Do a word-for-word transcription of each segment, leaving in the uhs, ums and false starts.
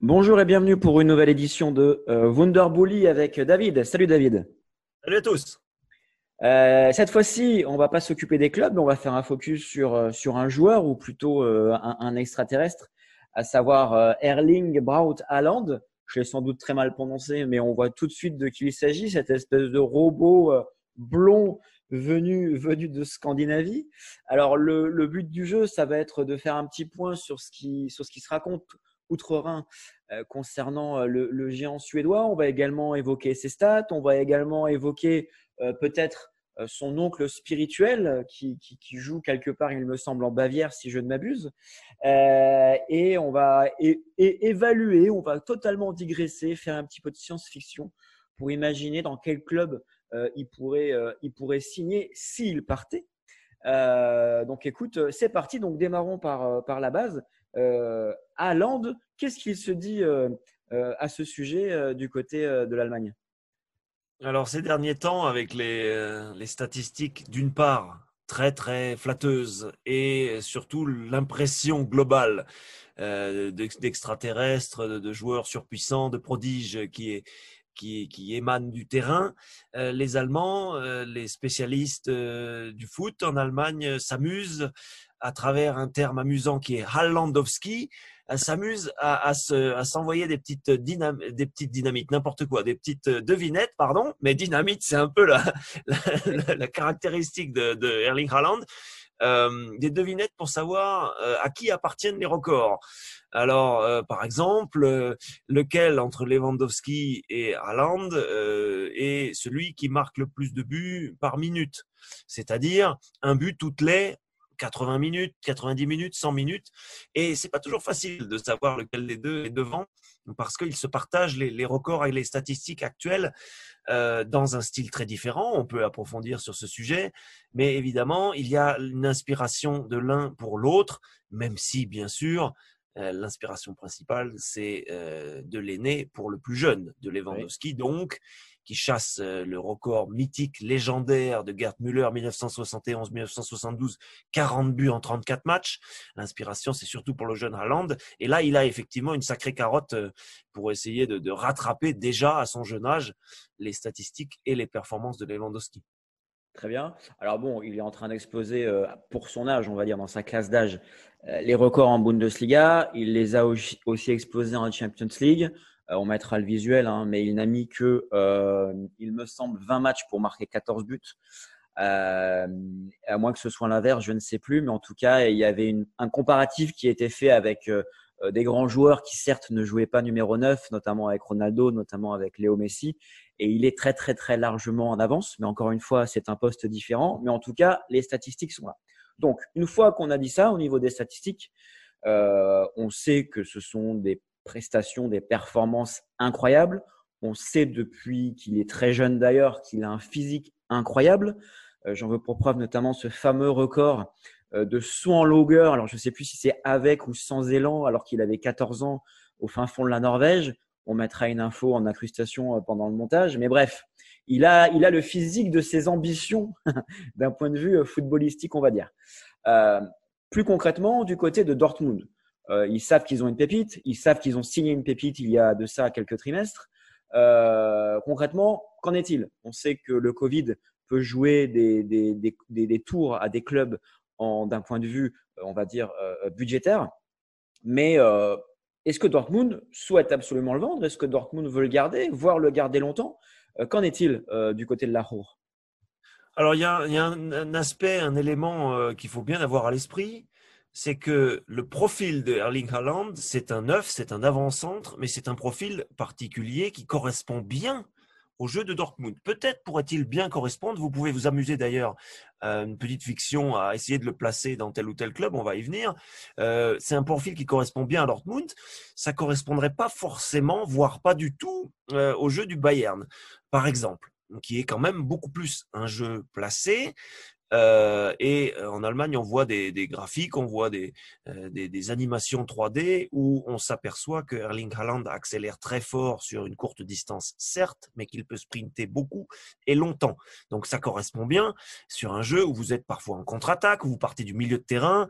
Bonjour et bienvenue pour une nouvelle édition de euh, Wunderbully avec David. Salut David. Salut à tous. Euh, cette fois-ci, on va pas s'occuper des clubs, mais on va faire un focus sur, euh, sur un joueur ou plutôt euh, un, un extraterrestre, à savoir euh, Erling Braut Haaland. Je l'ai sans doute très mal prononcé, mais on voit tout de suite de qui il s'agit, cette espèce de robot euh, blond venu, venu de Scandinavie. Alors le, le but du jeu, ça va être de faire un petit point sur ce qui, sur ce qui se raconte outre-Rhin euh, concernant euh, le, le géant suédois. On va également évoquer ses stats, on va également évoquer euh, peut-être euh, son oncle spirituel euh, qui, qui, qui joue quelque part, il me semble, en Bavière, si je ne m'abuse. Euh, et on va é- é- évaluer, on va totalement digresser, faire un petit peu de science-fiction pour imaginer dans quel club euh, il, pourrait, euh, il pourrait signer s'il partait. Euh, donc écoute, c'est parti. Donc démarrons par, euh, par la base. Euh, Haaland, qu'est-ce qu'il se dit euh, euh, à ce sujet euh, du côté euh, de l'Allemagne? Alors ces derniers temps, avec les, euh, les statistiques d'une part très très flatteuses et surtout l'impression globale euh, d'ex- d'extraterrestres, de, de joueurs surpuissants, de prodiges qui est qui, qui émanent du terrain, euh, les Allemands, euh, les spécialistes euh, du foot en Allemagne euh, s'amusent à travers un terme amusant qui est Haalandowski, euh, s'amusent à, à, se, à s'envoyer des petites, dynam des petites dynamites, n'importe quoi, des petites devinettes, pardon, mais dynamite, c'est un peu la, la, Oui. la, la caractéristique de, de Erling Haaland. Euh, des devinettes pour savoir euh, à qui appartiennent les records. Alors, euh, par exemple, euh, lequel entre Lewandowski et Haaland euh, est celui qui marque le plus de buts par minute, c'est-à-dire un but toutes les quatre-vingts minutes, quatre-vingt-dix minutes, cent minutes. Et c'est pas toujours facile de savoir lequel des deux est devant parce qu'ils se partagent les, les records et les statistiques actuelles euh, dans un style très différent. On peut approfondir sur ce sujet, mais évidemment, il y a une inspiration de l'un pour l'autre, même si, bien sûr, euh, l'inspiration principale, c'est euh, de l'aîné pour le plus jeune, de Oui. Lewandowski, donc, qui chasse euh, le record mythique, légendaire de Gerd Müller, mille neuf cent soixante et onze mille neuf cent soixante-douze, quarante buts en trente-quatre matchs. L'inspiration, c'est surtout pour le jeune Haaland. Et là, il a effectivement une sacrée carotte euh, pour essayer de, de rattraper déjà à son jeune âge les statistiques et les performances de Lewandowski. Très bien. Alors bon, il est en train d'exploser euh, pour son âge, on va dire, dans sa classe d'âge, euh, les records en Bundesliga. Il les a aussi, aussi explosés en Champions League. Euh, on mettra le visuel, hein, mais il n'a mis que, euh, il me semble, vingt matchs pour marquer quatorze buts. Euh, à moins que ce soit l'inverse, je ne sais plus. Mais en tout cas, il y avait une, un comparatif qui était fait avec euh, euh, des grands joueurs qui, certes, ne jouaient pas numéro neuf, notamment avec Ronaldo, notamment avec Léo Messi. Et il est très, très, très largement en avance. Mais encore une fois, c'est un poste différent. Mais en tout cas, les statistiques sont là. Donc, une fois qu'on a dit ça au niveau des statistiques, euh, on sait que ce sont des prestations, des performances incroyables. On sait depuis qu'il est très jeune d'ailleurs qu'il a un physique incroyable. Euh, J'en veux pour preuve notamment ce fameux record euh, de saut en longueur. Alors, je ne sais plus si c'est avec ou sans élan, alors qu'il avait quatorze ans au fin fond de la Norvège. On mettra une info en incrustation euh, pendant le montage. Mais bref, il a, il a le physique de ses ambitions d'un point de vue euh, footballistique, on va dire. Euh, Plus concrètement, du côté de Dortmund, euh, ils savent qu'ils ont une pépite, ils savent qu'ils ont signé une pépite il y a de ça quelques trimestres. Euh, concrètement, qu'en est-il? On sait que le Covid peut jouer des, des, des, des, des tours à des clubs en, d'un point de vue, on va dire, euh, budgétaire. Mais euh, est-ce que Dortmund souhaite absolument le vendre? Est-ce que Dortmund veut le garder, voire le garder longtemps? Euh, Qu'en est-il euh, du côté de la Ruhr? Alors, il y a, il y a un, un aspect, un élément euh, qu'il faut bien avoir à l'esprit, c'est que le profil de Erling Haaland, c'est un neuf, c'est un avant-centre, mais c'est un profil particulier qui correspond bien au jeu de Dortmund. Peut-être pourrait-il bien correspondre, vous pouvez vous amuser d'ailleurs à une petite fiction à essayer de le placer dans tel ou tel club, on va y venir. Euh, c'est un profil qui correspond bien à Dortmund, ça correspondrait pas forcément, voire pas du tout, euh, au jeu du Bayern, par exemple, qui est quand même beaucoup plus un jeu placé, Euh, et euh, en Allemagne, on voit des, des graphiques, on voit des, euh, des, des animations trois D où on s'aperçoit que Erling Haaland accélère très fort sur une courte distance, certes, mais qu'il peut sprinter beaucoup et longtemps. Donc ça correspond bien sur un jeu où vous êtes parfois en contre-attaque, où vous partez du milieu de terrain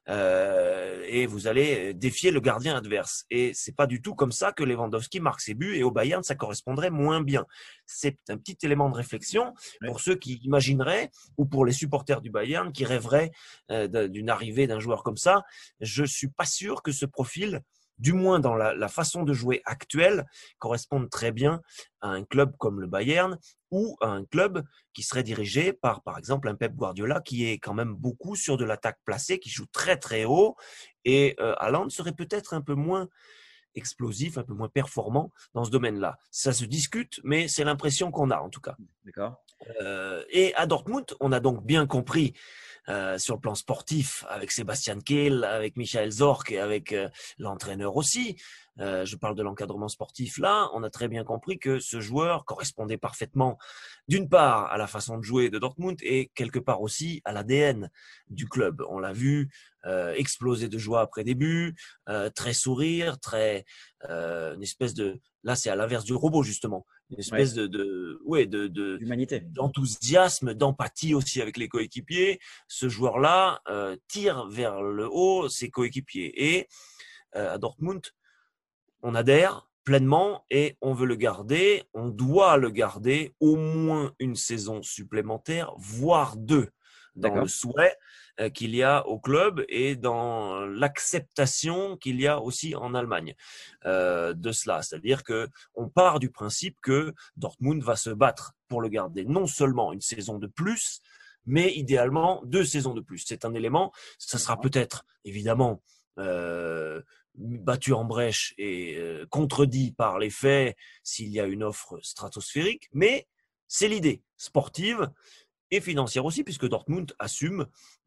euh, et vous allez défier le gardien adverse. Et c'est pas du tout comme ça que Lewandowski marque ses buts, et au Bayern, ça correspondrait moins bien. C'est un petit élément de réflexion pour Oui. ceux qui imagineraient, ou pour les supporters du Bayern qui rêveraient euh, d'une arrivée d'un joueur comme ça. Je suis pas sûr que ce profil, du moins dans la, la façon de jouer actuelle, corresponde très bien à un club comme le Bayern, ou à un club qui serait dirigé par, par exemple, un Pep Guardiola qui est quand même beaucoup sur de l'attaque placée, qui joue très très haut, et euh, Haaland serait peut-être un peu moins explosif, un peu moins performant dans ce domaine-là. Ça se discute, mais c'est l'impression qu'on a en tout cas. D'accord. Euh, et à Dortmund, on a donc bien compris euh, sur le plan sportif, avec Sébastien Kehl, avec Michael Zorc et avec euh, l'entraîneur aussi. Euh, je parle de l'encadrement sportif là. On a très bien compris que ce joueur correspondait parfaitement, d'une part, à la façon de jouer de Dortmund et quelque part aussi à l'A D N du club. On l'a vu euh, exploser de joie après début, euh, très sourire, très euh, une espèce de. Là, c'est à l'inverse du robot justement, une Ouais. espèce de, de ouais, de, de D'humanité. d'enthousiasme, d'empathie aussi avec les coéquipiers. Ce joueur-là euh, tire vers le haut ses coéquipiers. Et euh, à Dortmund, on adhère pleinement et on veut le garder. On doit le garder au moins une saison supplémentaire, voire deux, dans le D'accord. souhait euh, qu'il y a au club et dans l'acceptation qu'il y a aussi en Allemagne euh, de cela. C'est-à-dire que on part du principe que Dortmund va se battre pour le garder, non seulement une saison de plus, mais idéalement deux saisons de plus. C'est un élément. Ça sera D'accord. peut-être évidemment euh, battu en brèche et euh, contredit par les faits s'il y a une offre stratosphérique, mais c'est l'idée sportive et financière aussi, puisque Dortmund assume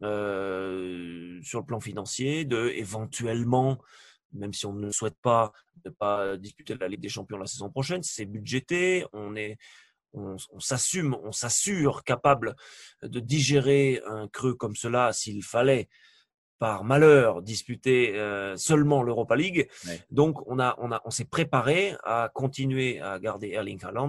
euh, sur le plan financier de éventuellement, même si on ne souhaite pas ne pas disputer la Ligue des Champions la saison prochaine, c'est budgété, on est on, on s'assume, on s'assure capable de digérer un creux comme cela s'il fallait par malheur disputer euh, seulement l'Europa League. Ouais. Donc on a on a on s'est préparé à continuer à garder Erling Haaland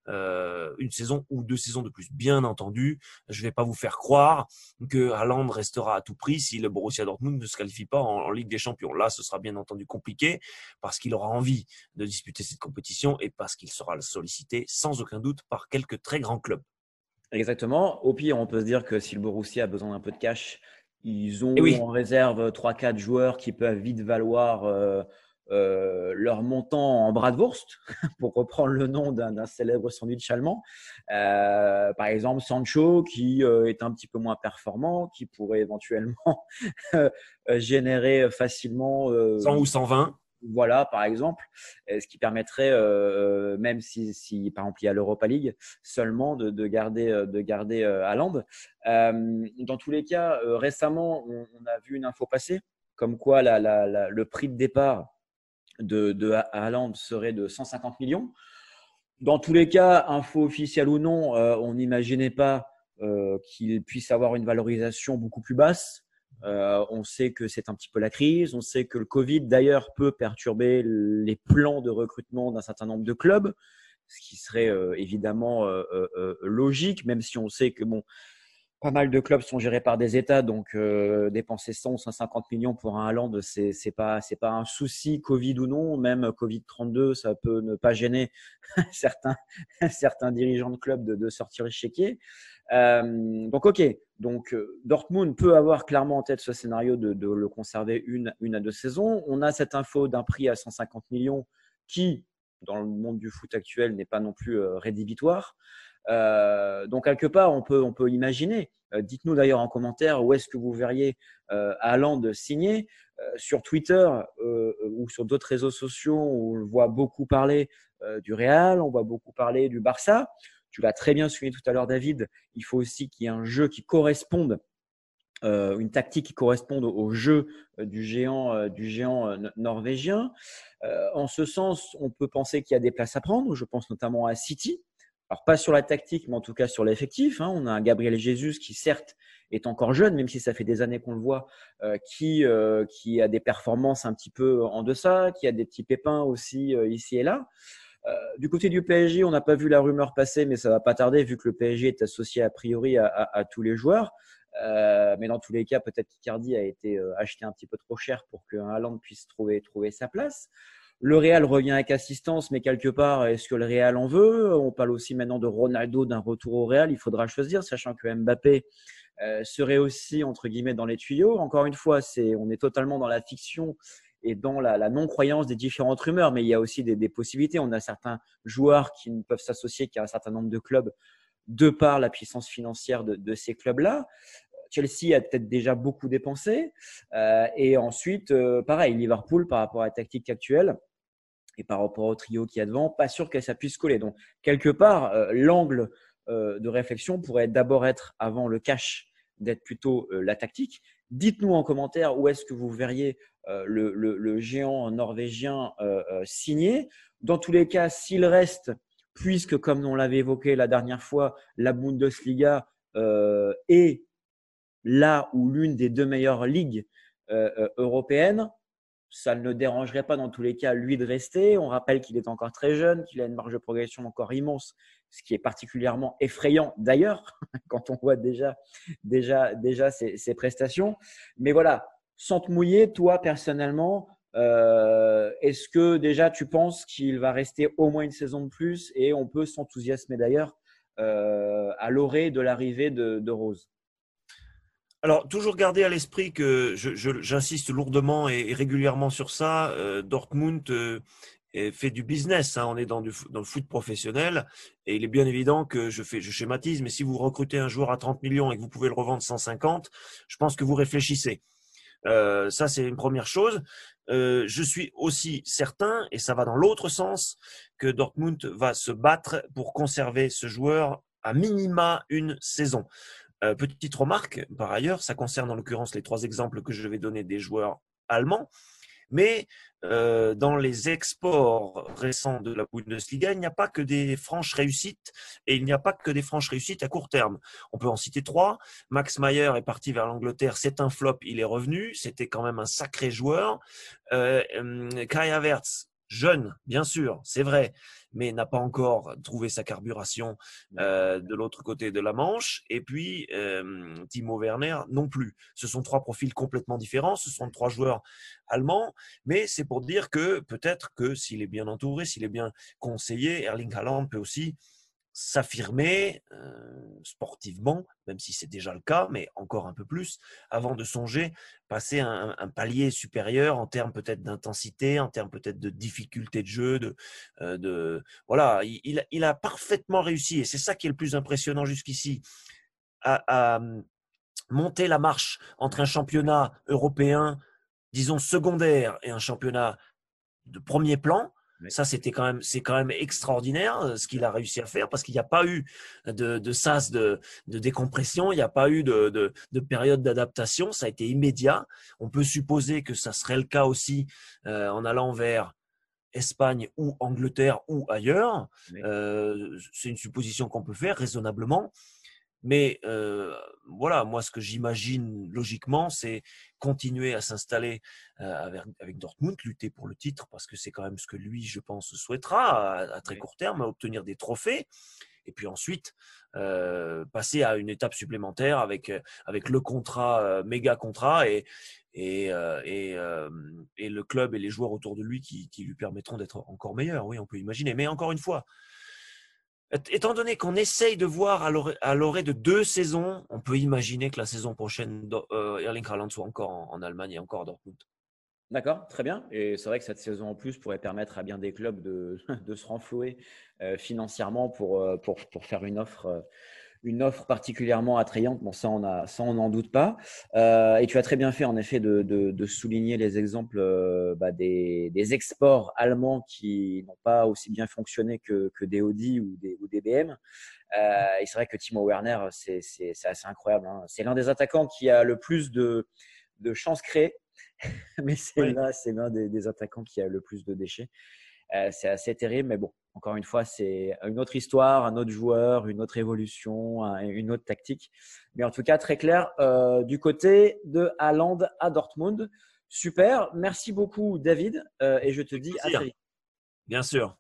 euh, une saison ou deux saisons de plus. Bien entendu, je vais pas vous faire croire que Haaland restera à tout prix si le Borussia Dortmund ne se qualifie pas en, en Ligue des Champions. Là, ce sera bien entendu compliqué parce qu'il aura envie de disputer cette compétition et parce qu'il sera sollicité sans aucun doute par quelques très grands clubs. Exactement. Au pire, on peut se dire que si le Borussia a besoin d'un peu de cash, ils Et ont oui, en réserve trois quatre joueurs qui peuvent vite valoir euh, euh, leur montant en bratwurst, pour reprendre le nom d'un d'un célèbre sandwich allemand. Euh, par exemple, Sancho, qui euh, est un petit peu moins performant, qui pourrait éventuellement euh, générer facilement euh, cent ou cent vingt. voilà, par exemple, ce qui permettrait, euh, même si, si, par exemple il y a l'Europa League, seulement de, de garder, de garder euh, Haaland. Euh, dans tous les cas, euh, récemment, on, on, a vu une info passer, comme quoi la, la, la, le prix de départ de, de Haaland serait de cent cinquante millions. Dans tous les cas, info officielle ou non, euh, on n'imaginait pas euh, qu'il puisse avoir une valorisation beaucoup plus basse. Euh, on sait que c'est un petit peu la crise. On sait que le Covid, d'ailleurs, peut perturber les plans de recrutement d'un certain nombre de clubs, ce qui serait euh, évidemment euh, euh, logique, même si on sait que bon, pas mal de clubs sont gérés par des États, donc euh, dépenser cent ou cent cinquante millions pour un Haaland, c'est c'est pas c'est pas un souci Covid ou non. Même Covid trente-deux, ça peut ne pas gêner certains certains dirigeants de clubs de, de sortir échiquier. Euh, donc ok, donc Dortmund peut avoir clairement en tête ce scénario de, de le conserver une une à deux saisons. On a cette info d'un prix à cent cinquante millions qui, dans le monde du foot actuel, n'est pas non plus euh, rédhibitoire. Euh, donc quelque part, on peut, on peut imaginer. Euh, dites-nous d'ailleurs en commentaire où est-ce que vous verriez euh, Haaland signer. Euh, sur Twitter euh, ou sur d'autres réseaux sociaux, on le voit beaucoup parler euh, du Real, on voit beaucoup parler du Barça. Tu l'as très bien souligné tout à l'heure, David. Il faut aussi qu'il y ait un jeu qui corresponde, euh, une tactique qui corresponde au jeu euh, du géant, euh, du géant euh, norvégien. Euh, en ce sens, on peut penser qu'il y a des places à prendre. Je pense notamment à City, Alors, pas sur la tactique, mais en tout cas sur l'effectif. Hein. On a un Gabriel Jesus qui, certes, est encore jeune, même si ça fait des années qu'on le voit, euh, qui, euh, qui a des performances un petit peu en deçà, qui a des petits pépins aussi euh, ici et là. Euh, du côté du P S G, on n'a pas vu la rumeur passer, mais ça va pas tarder vu que le P S G est associé a priori à, à, à tous les joueurs. Euh, mais dans tous les cas, peut-être qu'Icardi a été euh, acheté un petit peu trop cher pour qu'un Haaland puisse trouver, trouver sa place. Le Real revient avec assistance, mais quelque part, est-ce que le Real en veut? On parle aussi maintenant de Ronaldo, d'un retour au Real. Il faudra choisir, sachant que Mbappé euh, serait aussi, entre guillemets, dans les tuyaux. Encore une fois, c'est, on est totalement dans la fiction et dans la, la non-croyance des différentes rumeurs, mais il y a aussi des, des possibilités. On a certains joueurs qui ne peuvent s'associer qu'à un certain nombre de clubs de par la puissance financière de, de ces clubs-là. Chelsea a peut-être déjà beaucoup dépensé. Euh, et ensuite, euh, pareil, Liverpool, par rapport à la tactique actuelle, et par rapport au trio qui est devant, pas sûr que ça puisse coller. Donc, quelque part, euh, l'angle euh, de réflexion pourrait d'abord être, avant le cash, d'être plutôt euh, la tactique. Dites-nous en commentaire où est-ce que vous verriez euh, le, le, le géant norvégien euh, euh, signé. Dans tous les cas, s'il reste, puisque comme on l'avait évoqué la dernière fois, la Bundesliga euh, est là où l'une des deux meilleures ligues euh, euh, européennes, ça ne le dérangerait pas dans tous les cas, lui, de rester. On rappelle qu'il est encore très jeune, qu'il a une marge de progression encore immense, ce qui est particulièrement effrayant d'ailleurs, quand on voit déjà, déjà, déjà ses, ses prestations. Mais voilà, sans te mouiller, toi, personnellement, euh, est-ce que déjà tu penses qu'il va rester au moins une saison de plus et on peut s'enthousiasmer d'ailleurs euh, à l'orée de l'arrivée de, de Rose? Alors, toujours garder à l'esprit que je, je- j'insiste lourdement et, et régulièrement sur ça. euh, Dortmund euh, est- fait du business. Hein, on est dans, du, fo- dans le foot professionnel et il est bien évident que je fais, je schématise, mais si vous recrutez un joueur à trente millions et que vous pouvez le revendre cent cinquante, je pense que vous réfléchissez. Euh, ça, c'est une première chose. Euh, je suis aussi certain, et ça va dans l'autre sens, que Dortmund va se battre pour conserver ce joueur à minima une saison. Euh, petite remarque, par ailleurs, ça concerne en l'occurrence les trois exemples que je vais donner des joueurs allemands, mais euh, dans les exports récents de la Bundesliga, il n'y a pas que des franches réussites et il n'y a pas que des franches réussites à court terme. On peut en citer trois. Max Meyer est parti vers l'Angleterre, c'est un flop, il est revenu, c'était quand même un sacré joueur. Euh, euh, Kai Havertz, jeune, bien sûr, c'est vrai, mais n'a pas encore trouvé sa carburation euh, de l'autre côté de la Manche. Et puis, euh, Timo Werner non plus. Ce sont trois profils complètement différents. Ce sont trois joueurs allemands, mais c'est pour dire que peut-être que s'il est bien entouré, s'il est bien conseillé, Erling Haaland peut aussi s'affirmer euh, sportivement, même si c'est déjà le cas, mais encore un peu plus, avant de songer passer un, un palier supérieur en termes peut-être d'intensité, en termes peut-être de difficulté de jeu, de, euh, de voilà, il, il, a, il a parfaitement réussi, et c'est ça qui est le plus impressionnant jusqu'ici, à, à monter la marche entre un championnat européen, disons secondaire, et un championnat de premier plan. Oui. Ça, c'était quand même, c'est quand même extraordinaire ce qu'il a réussi à faire parce qu'il n'y a pas eu de, de sas de, de décompression, il n'y a pas eu de, de, de période d'adaptation. Ça a été immédiat. On peut supposer que ça serait le cas aussi euh, en allant vers Espagne ou Angleterre ou ailleurs. Oui. Euh, c'est une supposition qu'on peut faire raisonnablement. Mais euh, voilà, moi, ce que j'imagine logiquement, c'est continuer à s'installer euh, avec, avec Dortmund, lutter pour le titre, parce que c'est quand même ce que lui, je pense, souhaitera à, à très Oui. court terme, obtenir des trophées. Et puis ensuite, euh, passer à une étape supplémentaire avec, avec le contrat, euh, méga contrat, et, et, euh, et, euh, et le club et les joueurs autour de lui qui, qui lui permettront d'être encore meilleurs. Oui, on peut imaginer. Mais encore une fois, étant donné qu'on essaye de voir à l'orée de deux saisons, on peut imaginer que la saison prochaine, euh, Erling Haaland soit encore en, en Allemagne et encore à Dortmund. D'accord, très bien. Et c'est vrai que cette saison en plus pourrait permettre à bien des clubs de, de se renflouer euh, financièrement pour, euh, pour, pour faire une offre, euh, une offre particulièrement attrayante. Bon, ça, on a, ça, on n'en doute pas. Euh, et tu as très bien fait, en effet, de, de, de souligner les exemples euh, bah, des, des exports allemands qui n'ont pas aussi bien fonctionné que, que des Audi ou des, ou des B M. Euh, et c'est vrai que Timo Werner, c'est, c'est, c'est assez incroyable. Hein. C'est l'un des attaquants qui a le plus de, de chances créées, mais c'est Oui. là, c'est l'un des, des attaquants qui a le plus de déchets. Euh, c'est assez terrible, mais bon, encore une fois, c'est une autre histoire, un autre joueur, une autre évolution, une autre tactique. Mais en tout cas, très clair euh, du côté de Haaland à Dortmund. Super. Merci beaucoup, David. Euh, et je te dis à très vite. Bien sûr.